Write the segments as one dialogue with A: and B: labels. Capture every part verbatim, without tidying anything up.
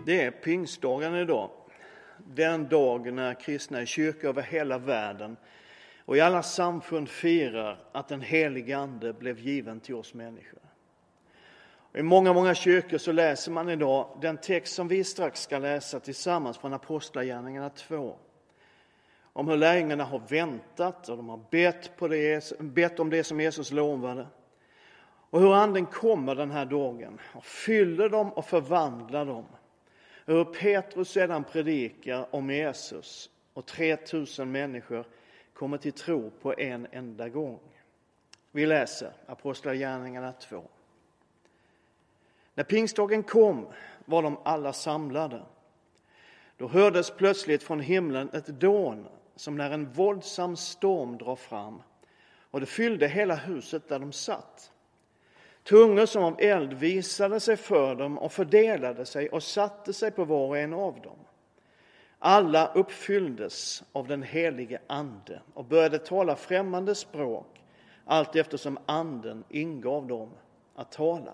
A: Det är pingstdagen idag. Den dag när kristna i kyrkor över hela världen och i alla samfund firar att den helige ande blev given till oss människor. Och i många, många kyrkor så läser man idag den text som vi strax ska läsa tillsammans från Apostlagärningarna två. Om hur lärjungarna har väntat och de har bett, på det, bett om det som Jesus lovade. Och hur anden kommer den här dagen och fyller dem och förvandlar dem. Och hur Petrus sedan predikar om Jesus och tre tusen människor kommer till tro på en enda gång. Vi läser Apostlagärningarna två. När pingstdagen kom var de alla samlade. Då hördes plötsligt från himlen ett dån som när en våldsam storm drar fram, och det fyllde hela huset där de satt. Tungor som av eld visade sig för dem och fördelade sig och satte sig på var och en av dem. Alla uppfylldes av den helige ande och började tala främmande språk, allt eftersom anden ingav dem att tala.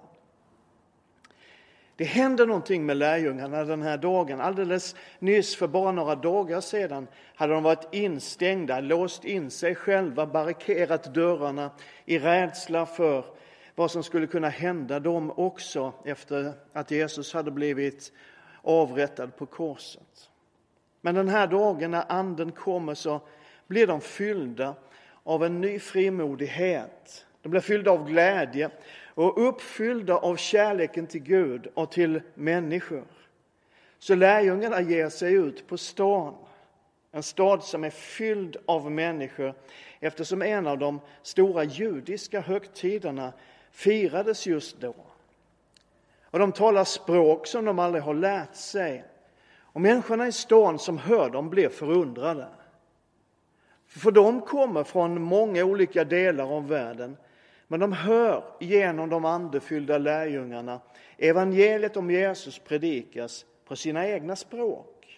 A: Det hände någonting med lärjungarna den här dagen. Alldeles nyss, för bara några dagar sedan, hade de varit instängda, låst in sig själva, barrikerat dörrarna i rädsla för vad som skulle kunna hända dem också efter att Jesus hade blivit avrättad på korset. Men den här dagen när anden kommer så blir de fyllda av en ny frimodighet. De blir fyllda av glädje och uppfyllda av kärleken till Gud och till människor. Så lärjungarna ger sig ut på stan. En stad som är fylld av människor, eftersom en av de stora judiska högtiderna firades just då. Och de talar språk som de aldrig har lärt sig. Och människorna i stan som hör dem blir förundrade. För de kommer från många olika delar av världen. Men de hör genom de andefyllda lärjungarna evangeliet om Jesus predikas på sina egna språk.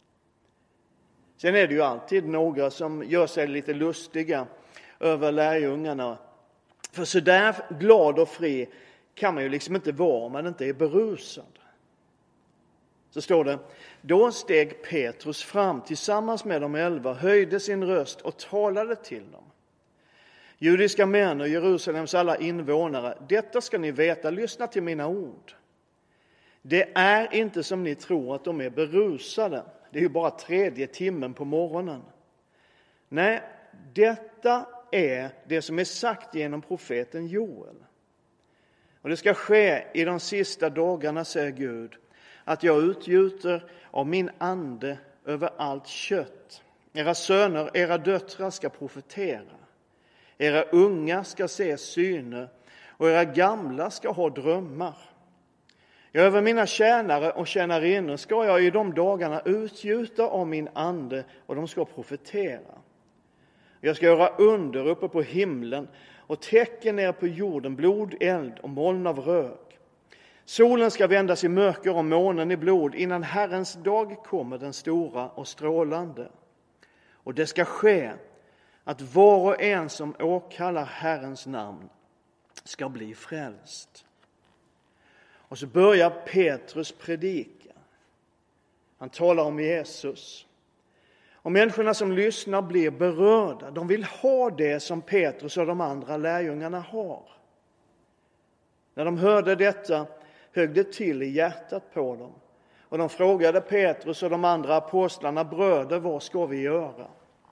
A: Sen är det ju alltid några som gör sig lite lustiga över lärjungarna. För så där glad och fri kan man ju liksom inte vara om man inte är berusad. Så står det: då steg Petrus fram tillsammans med de elva, höjde sin röst och talade till dem. Judiska män och Jerusalems alla invånare, detta ska ni veta, lyssna till mina ord. Det är inte som ni tror att de är berusade. Det är ju bara tredje timmen på morgonen. Nej, detta är det som är sagt genom profeten Joel. Och det ska ske i de sista dagarna, säger Gud, att jag utgjuter av min ande över allt kött. Era söner, era döttrar ska profetera. Era unga ska se syner och era gamla ska ha drömmar. Ja, över mina tjänare och tjänarinnor ska jag i de dagarna utgjuta av min ande och de ska profetera. Jag ska göra under uppe på himlen och tecken ner på jorden, blod, eld och moln av rök. Solen ska vändas i mörker och månen i blod innan Herrens dag kommer, den stora och strålande. Och det ska ske att var och en som åkallar Herrens namn ska bli frälst. Och så börjar Petrus predika. Han talar om Jesus. Och människorna som lyssnar blir berörda. De vill ha det som Petrus och de andra lärjungarna har. När de hörde detta högg det till i hjärtat på dem. Och de frågade Petrus och de andra apostlarna: bröder, vad ska vi göra?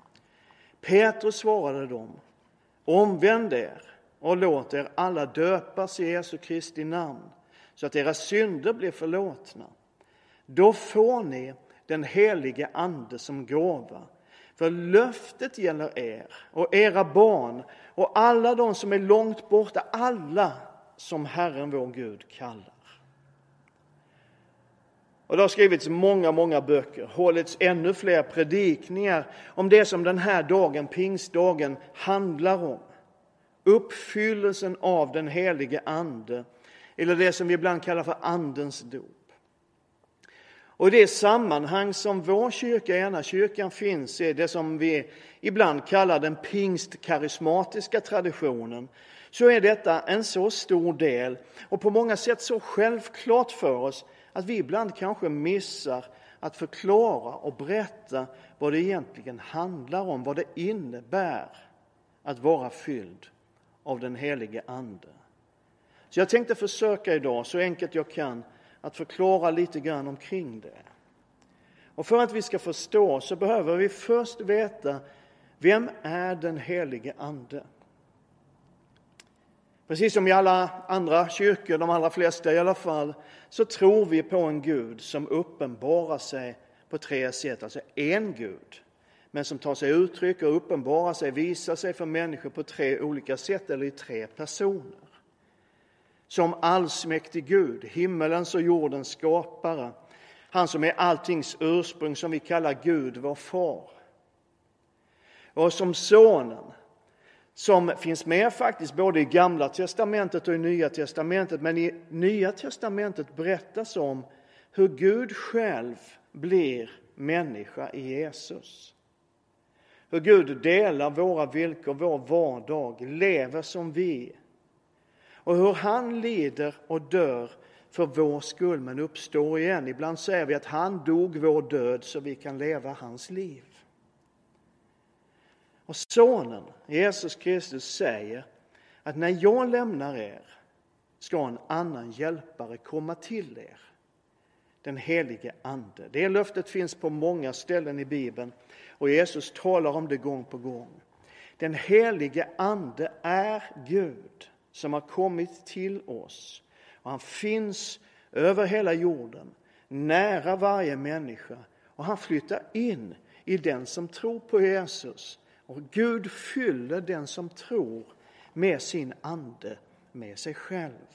A: Petrus svarade dem: omvänd er och låt er alla döpas i Jesu Kristi namn, så att era synder blir förlåtna. Då får ni den helige ande som gåva. För löftet gäller er och era barn och alla de som är långt borta, alla som Herren vår Gud kallar. Och det har skrivits många, många böcker, hållits ännu fler predikningar om det som den här dagen, pingstdagen, handlar om. Uppfyllelsen av den helige ande, eller det som vi ibland kallar för andens dop. Och i det sammanhang som vår kyrka, ena kyrkan, finns i det som vi ibland kallar den pingstkarismatiska traditionen, så är detta en så stor del och på många sätt så självklart för oss att vi ibland kanske missar att förklara och berätta vad det egentligen handlar om, vad det innebär att vara fylld av den helige Ande. Så jag tänkte försöka idag, så enkelt jag kan, att förklara lite grann omkring det. Och för att vi ska förstå så behöver vi först veta, vem är den helige Ande? Precis som i alla andra kyrkor, de allra flesta i alla fall, så tror vi på en Gud som uppenbarar sig på tre sätt. Alltså en Gud, men som tar sig uttryck och uppenbarar sig, visar sig för människor på tre olika sätt eller i tre personer. Som allsmäktig Gud, himmelens och jordens skapare. Han som är alltings ursprung, som vi kallar Gud, vår far. Och som sonen, som finns med faktiskt både i Gamla testamentet och i Nya testamentet. Men i Nya testamentet berättas om hur Gud själv blir människa i Jesus. Hur Gud delar våra villkor, vår vardag, lever som vi. Och hur han lider och dör för vår skull, men uppstår igen. Ibland säger vi att han dog vår död så vi kan leva hans liv. Och sonen, Jesus Kristus, säger att när jag lämnar er ska en annan hjälpare komma till er. Den helige Ande. Det löftet finns på många ställen i Bibeln och Jesus talar om det gång på gång. Den helige Ande är Gud som har kommit till oss. Och han finns över hela jorden, nära varje människa. Och han flyttar in i den som tror på Jesus. Och Gud fyller den som tror med sin ande, med sig själv.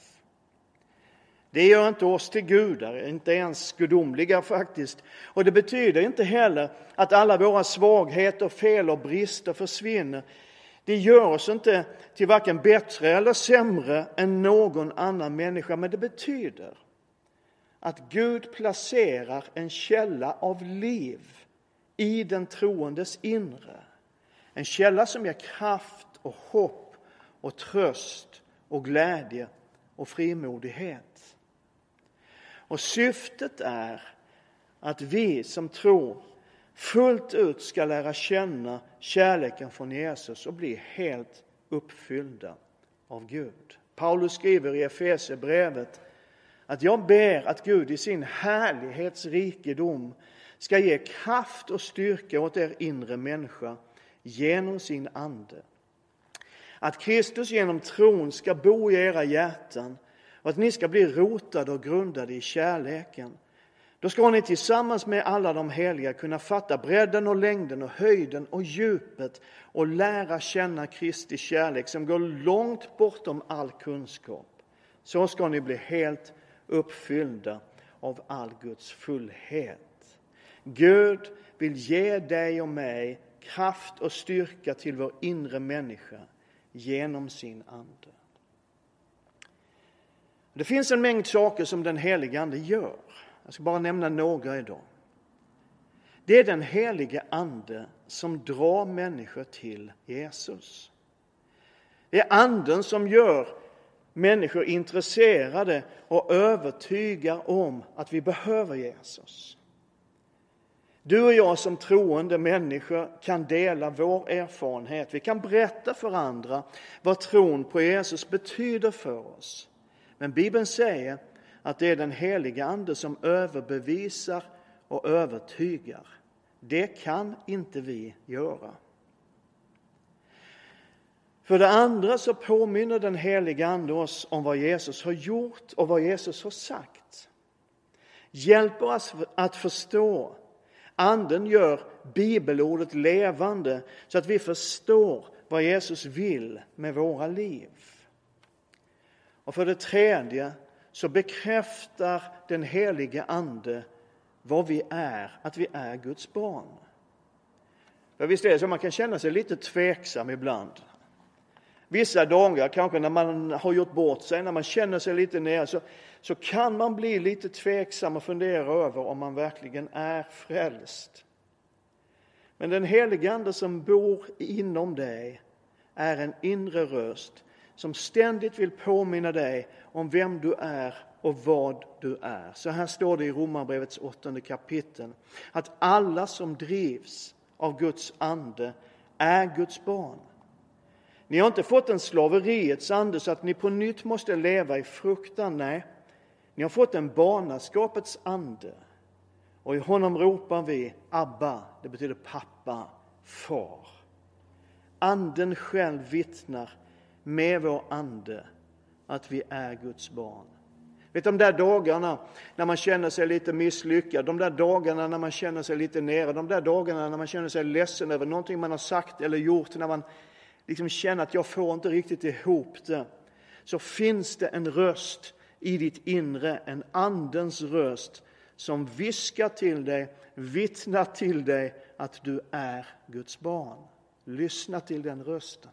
A: Det gör inte oss till gudar, inte ens gudomliga faktiskt. Och det betyder inte heller att alla våra svagheter, fel och brister försvinner. Det gör oss inte till varken bättre eller sämre än någon annan människa. Men det betyder att Gud placerar en källa av liv i den troendes inre. En källa som ger kraft och hopp och tröst och glädje och frimodighet. Och syftet är att vi som tror fullt ut ska lära känna kärleken från Jesus och bli helt uppfyllda av Gud. Paulus skriver i Efesierbrevet att jag ber att Gud i sin härlighetsrikedom ska ge kraft och styrka åt er inre människa genom sin ande. Att Kristus genom tron ska bo i era hjärtan och att ni ska bli rotade och grundade i kärleken. Då ska ni tillsammans med alla de heliga kunna fatta bredden och längden och höjden och djupet och lära känna Kristi kärlek som går långt bortom all kunskap. Så ska ni bli helt uppfyllda av all Guds fullhet. Gud vill ge dig och mig kraft och styrka till vår inre människa genom sin ande. Det finns en mängd saker som den helige ande gör. Jag ska bara nämna några idag. Det är den helige ande som drar människor till Jesus. Det är anden som gör människor intresserade och övertygar om att vi behöver Jesus. Du och jag som troende människor kan dela vår erfarenhet. Vi kan berätta för andra vad tron på Jesus betyder för oss. Men Bibeln säger att det är den heliga ande som överbevisar och övertygar. Det kan inte vi göra. För det andra så påminner den heliga ande oss om vad Jesus har gjort och vad Jesus har sagt. Hjälper oss att förstå. Anden gör bibelordet levande så att vi förstår vad Jesus vill med våra liv. Och för det tredje så bekräftar den helige ande vad vi är, att vi är Guds barn. För visst är det så man kan känna sig lite tveksam ibland. Vissa dagar, kanske när man har gjort bort sig, när man känner sig lite ner, så, så kan man bli lite tveksam och fundera över om man verkligen är frälst. Men den helige ande som bor inom dig är en inre röst som ständigt vill påminna dig om vem du är och vad du är. Så här står det i Romarbrevets åttonde kapitel, att alla som drivs av Guds ande är Guds barn. Ni har inte fått en slaveriets ande så att ni på nytt måste leva i fruktan. Nej, ni har fått en barnaskapets ande. Och i honom ropar vi Abba, det betyder pappa, far. Anden själv vittnar med vår ande att vi är Guds barn. Vet de där dagarna när man känner sig lite misslyckad, de där dagarna när man känner sig lite nere, de där dagarna när man känner sig ledsen över någonting man har sagt eller gjort, när man liksom känner att jag får inte riktigt ihop det, så finns det en röst i ditt inre, en andens röst som viskar till dig, vittnar till dig att du är Guds barn. Lyssna till den rösten.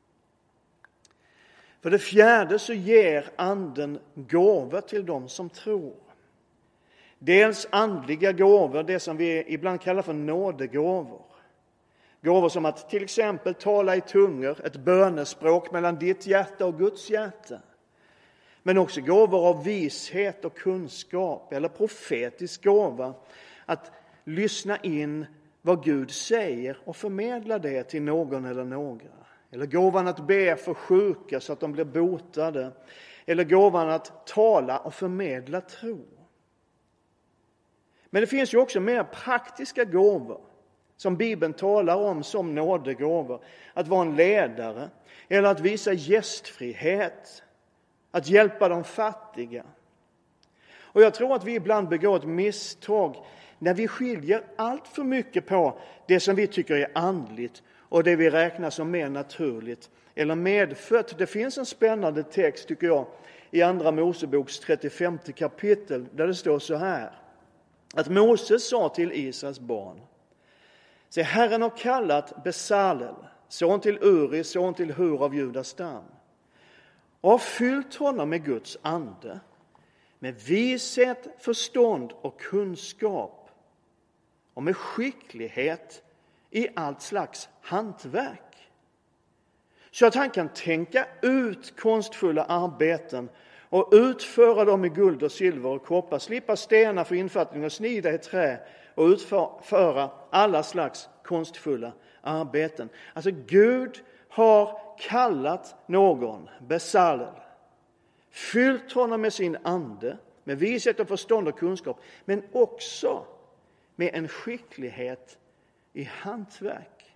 A: För det fjärde så ger anden gåvor till dem som tror. Dels andliga gåvor, det som vi ibland kallar för nådegåvor. Gåvor som att till exempel tala i tungor, ett bönespråk mellan ditt hjärta och Guds hjärta. Men också gåvor av vishet och kunskap eller profetisk gåva. Att lyssna in vad Gud säger och förmedla det till någon eller några. Eller gåvan att be för sjuka så att de blir botade. Eller gåvan att tala och förmedla tro. Men det finns ju också mer praktiska gåvor som Bibeln talar om som nådegåvor. Att vara en ledare eller att visa gästfrihet. Att hjälpa de fattiga. Och jag tror att vi ibland begår ett misstag när vi skiljer allt för mycket på det som vi tycker är andligt och det vi räknar som mer naturligt eller medfött. Det finns en spännande text tycker jag i andra Moseboks trettiofemte kapitel där det står så här. Att Moses sa till Israels barn: Se, Herren har kallat Besalel, son till Uri, son till Hur av Judas stam, och har fyllt honom med Guds ande, med vishet, förstånd och kunskap och med skicklighet i allt slags hantverk. Så att han kan tänka ut konstfulla arbeten och utföra dem i guld och silver och koppar, slippa stenar för infattning och snida i trä och utföra alla slags konstfulla arbeten. Alltså Gud har kallat någon, Besalel, fyllt honom med sin ande, med vishet och förstånd och kunskap, men också med en skicklighet i hantverk.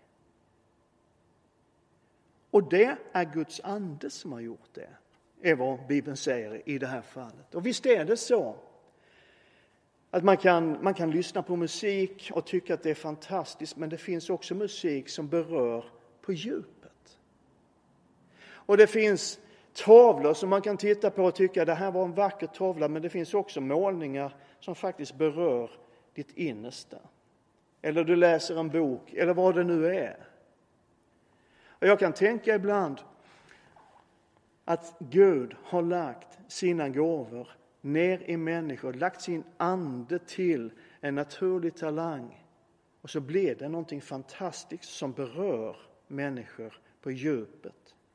A: Och det är Guds ande som har gjort det, är vad Bibeln säger i det här fallet. Och visst är det så att man kan, man kan lyssna på musik och tycka att det är fantastiskt, men det finns också musik som berör på djupet. Och det finns tavlor som man kan titta på och tycka det här var en vacker tavla, men det finns också målningar som faktiskt berör ditt innersta. Eller du läser en bok, eller vad det nu är. Och jag kan tänka ibland att Gud har lagt sina gåvor ner i människor, lagt sin ande till en naturlig talang. Och så blir det någonting fantastiskt som berör människor på djupet.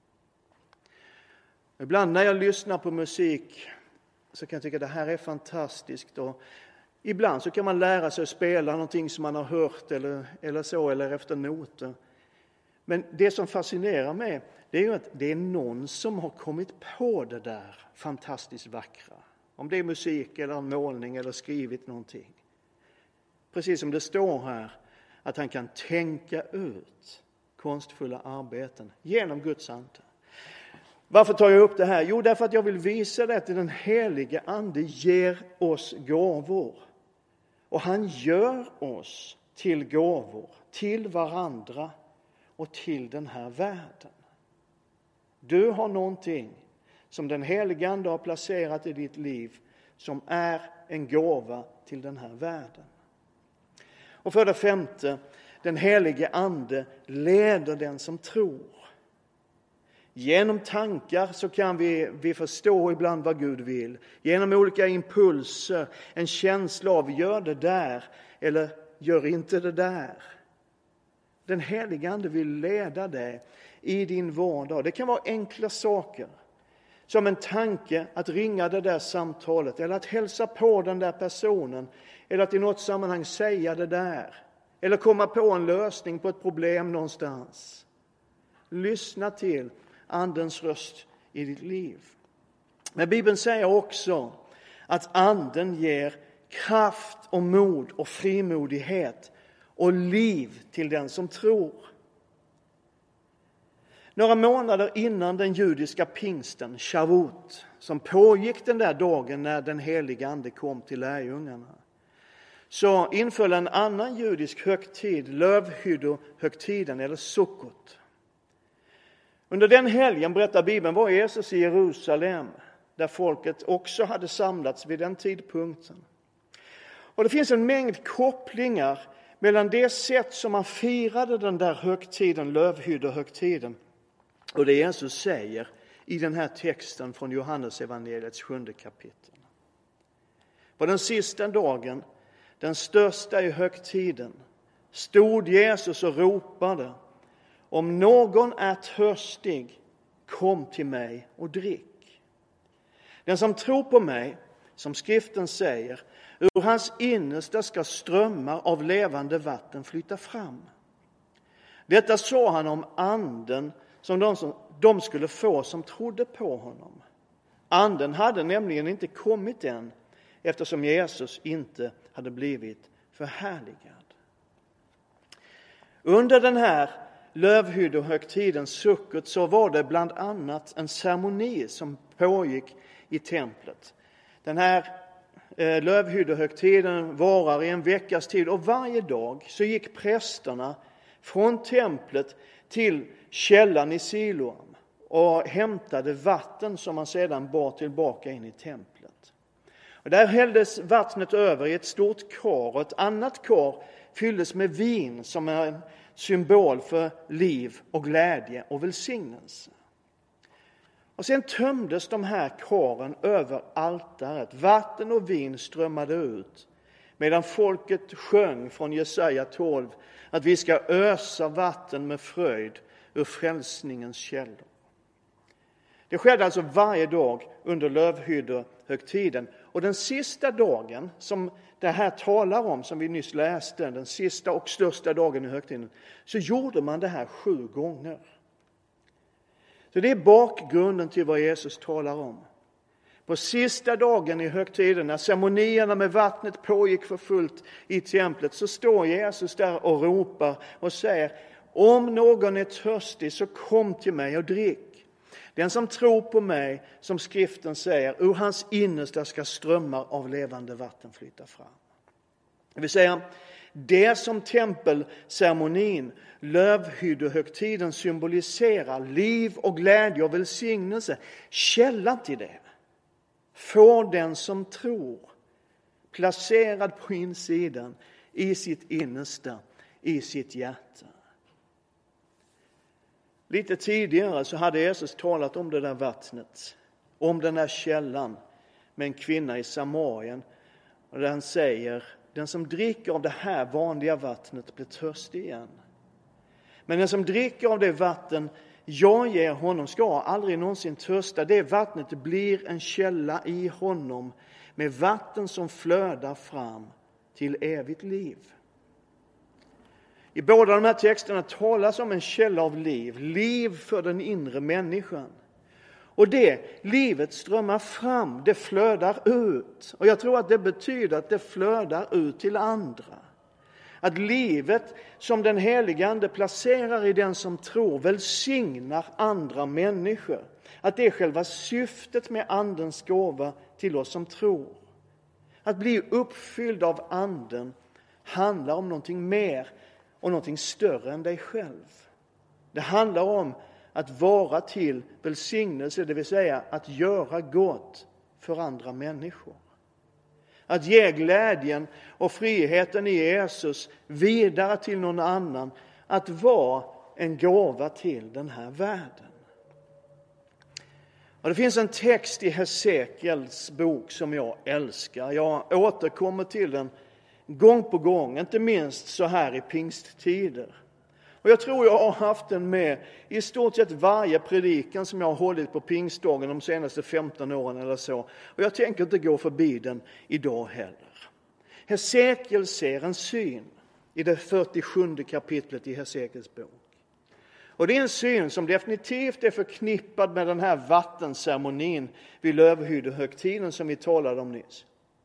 A: Ibland när jag lyssnar på musik så kan jag tycka att det här är fantastiskt. Och ibland så kan man lära sig att spela någonting som man har hört eller, eller så, eller efter noter. Men det som fascinerar mig, det är ju att det är någon som har kommit på det där fantastiskt vackra. Om det är musik eller en målning eller skrivit någonting. Precis som det står här, att han kan tänka ut konstfulla arbeten genom Guds ande. Varför tar jag upp det här? Jo, därför att jag vill visa det att den helige ande ger oss gåvor. Och han gör oss till gåvor, till varandra och till den här världen. Du har någonting som den helige ande har placerat i ditt liv som är en gåva till den här världen. Och för det femte, den helige ande leder den som tror. Genom tankar så kan vi, vi förstå ibland vad Gud vill. Genom olika impulser, en känsla av gör det där eller gör inte det där. Den helige ande vill leda dig i din vardag. Det kan vara enkla saker. Som en tanke att ringa det där samtalet. Eller att hälsa på den där personen. Eller att i något sammanhang säga det där. Eller komma på en lösning på ett problem någonstans. Lyssna till Andens röst i ditt liv. Men Bibeln säger också att Anden ger kraft och mod och frimodighet och liv till den som tror. Några månader innan den judiska pingsten, Shavuot, som pågick den där dagen när den heliga Ande kom till lärjungarna, så inföll en annan judisk högtid, lövhyddohögtiden eller Sukkot. Under den helgen, berättar Bibeln, var Jesus i Jerusalem, där folket också hade samlats vid den tidpunkten. Och det finns en mängd kopplingar mellan det sätt som man firade den där högtiden, lövhyddohögtiden, och det Jesus säger i den här texten från Johannes evangeliets sjunde kapitel. På den sista dagen, den största i högtiden, stod Jesus och ropade: om någon är törstig, kom till mig och drick. Den som tror på mig, som skriften säger, ur hans innersta ska strömmar av levande vatten flyta fram. Detta sa han om anden som de, som de skulle få som trodde på honom. Anden hade nämligen inte kommit än, eftersom Jesus inte hade blivit förhärligad. Under den här lövhyddohögtiden, Sukkot, så var det bland annat en ceremoni som pågick i templet. Den här eh, lövhyddohögtiden varar i en veckas tid, och varje dag så gick prästerna från templet till källan i Siloam och hämtade vatten som man sedan bar tillbaka in i templet. Och där hälldes vattnet över i ett stort kar, och ett annat kar fylldes med vin som är en symbol för liv och glädje och välsignelse. Och sen tömdes de här karen över altaret. Vatten och vin strömmade ut, medan folket sjöng från Jesaja tolv att vi ska ösa vatten med fröjd ur frälsningens källor. Det skedde alltså varje dag under lövhyddohögtiden. Och den sista dagen som det här talar om, som vi nyss läste, den sista och största dagen i högtiden, så gjorde man det här sju gånger. Så det är bakgrunden till vad Jesus talar om. På sista dagen i högtiden, när ceremonierna med vattnet pågick för fullt i templet, så står Jesus där och ropar och säger: om någon är törstig, så kom till mig och drick. Den som tror på mig, som skriften säger, ur hans innersta ska strömmar av levande vatten flyta fram. Det vill säga, det som tempelceremonin, lövhyddohögtiden, symboliserar, liv och glädje och välsignelse, källan till det får den som tror placerad på insidan, i sitt innersta, i sitt hjärta. Lite tidigare så hade Jesus talat om det där vattnet, om den där källan med en kvinna i Samarien. Och där han säger: den som dricker av det här vanliga vattnet blir törstig igen. Men den som dricker av det vatten jag ger honom ska aldrig någonsin törsta. Det vattnet blir en källa i honom, med vatten som flödar fram till evigt liv. I båda de här texterna talas om en källa av liv, liv för den inre människan. Och det livet strömmar fram, det flödar ut. Och jag tror att det betyder att det flödar ut till andra. Att livet som den helige Ande placerar i den som tror välsignar andra människor. Att det är själva syftet med Andens gåva till oss som tror. Att bli uppfylld av Anden handlar om någonting mer och någonting större än dig själv. Det handlar om att vara till välsignelse, det vill säga att göra gott för andra människor. Att ge glädjen och friheten i Jesus vidare till någon annan. Att vara en gåva till den här världen. Och det finns en text i Hesekiels bok som jag älskar. Jag återkommer till den gång på gång, inte minst så här i pingsttider. Och jag tror jag har haft den med i stort sett varje predikan som jag har hållit på pingstdagen de senaste femton åren eller så. Och jag tänker inte gå förbi den idag heller. Hesekiel ser en syn i det fyrtiosjunde kapitlet i Hesekiels bok. Och det är en syn som definitivt är förknippad med den här vattenceremonin vid lövhyddehögtiden som vi talade om nyss.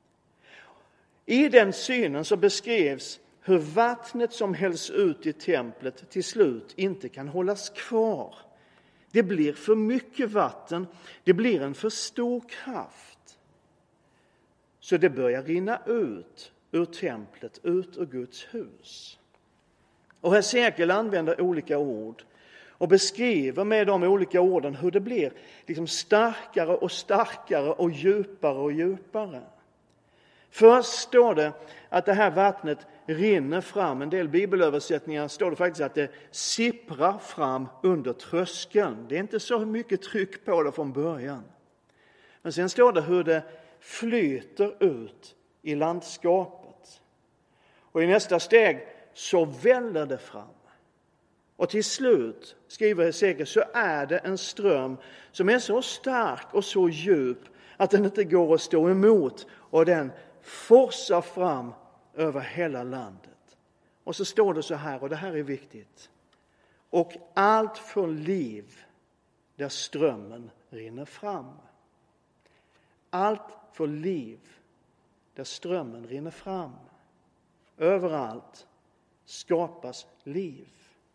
A: I den synen så beskrivs hur vattnet som hälls ut i templet till slut inte kan hållas kvar. Det blir för mycket vatten, det blir en för stor kraft. Så det börjar rinna ut ur templet, ut ur Guds hus. Och Hesekiel använder olika ord och beskriver med de olika orden hur det blir liksom starkare och starkare och djupare och djupare. Först står det att det här vattnet rinner fram. En del bibelöversättningar står det faktiskt att det sipprar fram under tröskeln. Det är inte så mycket tryck på det från början. Men sen står det hur det flyter ut i landskapet. Och i nästa steg så väller det fram. Och till slut, skriver Hesekiel, så är det en ström som är så stark och så djup att den inte går att stå emot. Och den forsar fram över hela landet. Och så står det så här, och det här är viktigt. Och allt för liv där strömmen rinner fram. Allt för liv där strömmen rinner fram. Överallt skapas liv.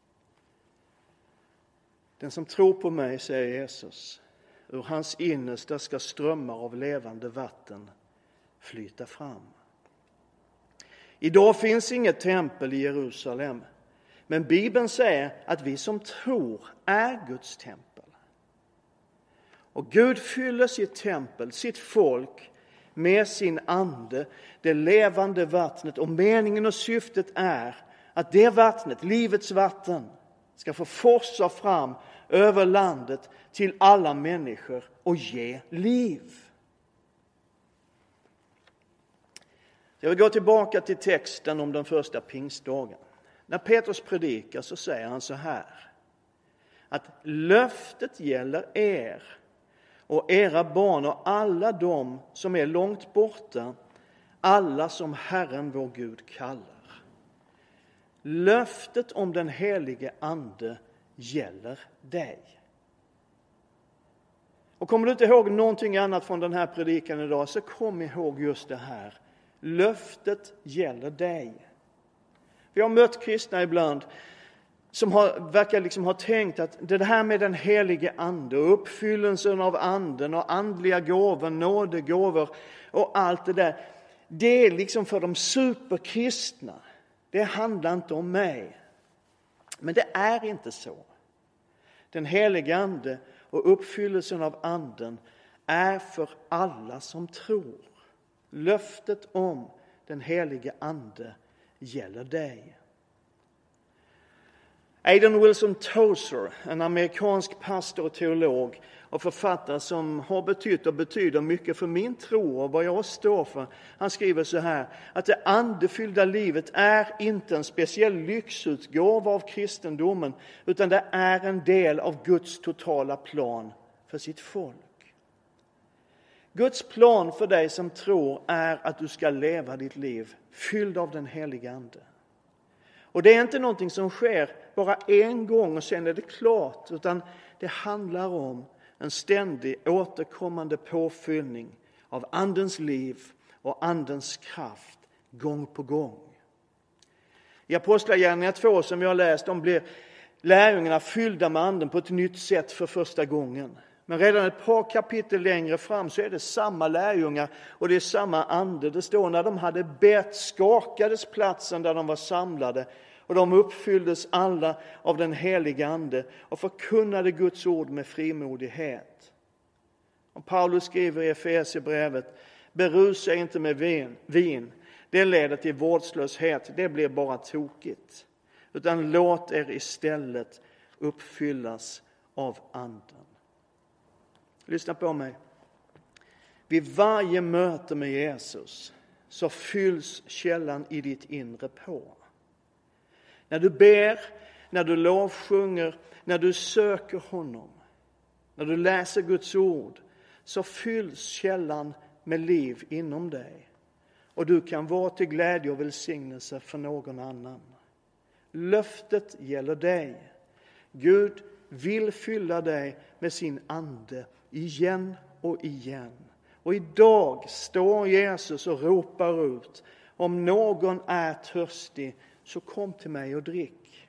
A: Den som tror på mig, säger Jesus, ur hans innersta ska strömmar av levande vatten flyta fram. Idag finns inget tempel i Jerusalem, men Bibeln säger att vi som tror är Guds tempel. Och Gud fyller sitt tempel, sitt folk, med sin ande, det levande vattnet. Och meningen och syftet är att det vattnet, livets vatten, ska få forsa fram över landet till alla människor och ge liv. Jag vill gå tillbaka till texten om den första pingstdagen. När Petrus predikar så säger han så här: att löftet gäller er och era barn och alla de som är långt borta, alla som Herren vår Gud kallar. Löftet om den helige ande gäller dig. Och kommer du inte ihåg någonting annat från den här predikan idag, så kom ihåg just det här. Löftet gäller dig. Vi har mött kristna ibland som har, verkar liksom ha tänkt att det här med den helige ande och uppfyllelsen av anden och andliga gåvor, nådegåvor och allt det där, det är liksom för de superkristna. Det handlar inte om mig. Men det är inte så. Den helige ande och uppfyllelsen av anden är för alla som tror. Löftet om den helige ande gäller dig. Aidan Wilson Tozer, en amerikansk pastor och teolog och författare som har betytt och betyder mycket för min tro och vad jag står för. Han skriver så här, att det andefyllda livet är inte en speciell lyxutgåva av kristendomen, utan det är en del av Guds totala plan för sitt folk. Guds plan för dig som tror är att du ska leva ditt liv fylld av den helige ande. Och det är inte någonting som sker bara en gång och sen är det klart, utan det handlar om en ständig återkommande påfyllning av andens liv och andens kraft gång på gång. I Apostlagärningarna två som vi har läst, de blir lärjungarna fyllda med anden på ett nytt sätt för första gången. Men redan ett par kapitel längre fram så är det samma lärjungar och det är samma ande. Det står när de hade bett skakades platsen där de var samlade och de uppfylldes alla av den heliga ande och förkunnade Guds ord med frimodighet. Och Paulus skriver i Efesierbrevet: berusa inte med vin, vin. Det leder till vårdslöshet, det blir bara tokigt. Utan låt er istället uppfyllas av anden. Lyssna på mig. Vid varje möte med Jesus så fylls källan i ditt inre på. När du ber, när du lovsjunger, när du söker honom, när du läser Guds ord, så fylls källan med liv inom dig. Och du kan vara till glädje och välsignelse för någon annan. Löftet gäller dig. Gud vill fylla dig med sin ande igen och igen. Och idag står Jesus och ropar ut: om någon är törstig, så kom till mig och drick.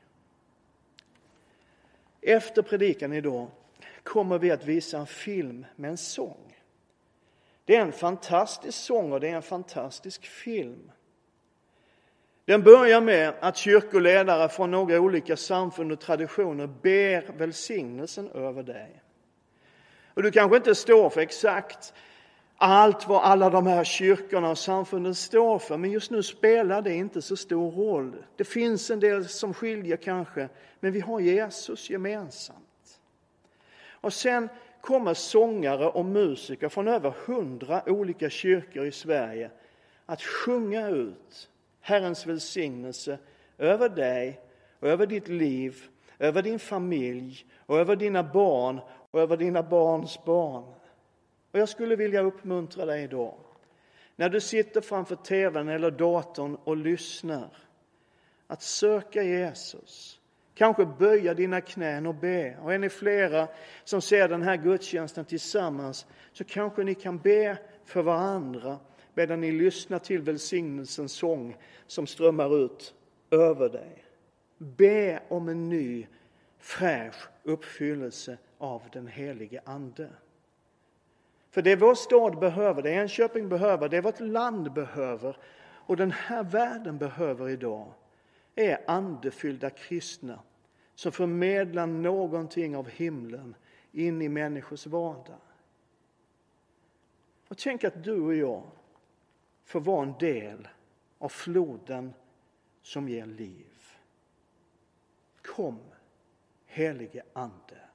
A: Efter predikan idag kommer vi att visa en film med en sång. Det är en fantastisk sång och det är en fantastisk film. Den börjar med att kyrkoledare från några olika samfund och traditioner ber välsignelsen över dig. Och du kanske inte står för exakt allt vad alla de här kyrkorna och samfunden står för, men just nu spelar det inte så stor roll. Det finns en del som skiljer kanske, men vi har Jesus gemensamt. Och sen kommer sångare och musiker från över hundra olika kyrkor i Sverige att sjunga ut Herrens välsignelse över dig och över ditt liv, över din familj och över dina barn och över dina barns barn. Och jag skulle vilja uppmuntra dig idag, när du sitter framför tvn eller datorn och lyssnar, att söka Jesus. Kanske böja dina knän och be. Och är ni flera som ser den här gudstjänsten tillsammans, så kanske ni kan be för varandra medan ni lyssnar till välsignelsens sång som strömmar ut över dig. Be om en ny, fräsch uppfyllelse av den helige ande. För det vår stad behöver, det Enköping behöver, det vårt land behöver och den här världen behöver idag, är andefyllda kristna som förmedlar någonting av himlen in i människors vardag. Och tänk att du och jag får vara en del av floden som ger liv. Kom, helige ande.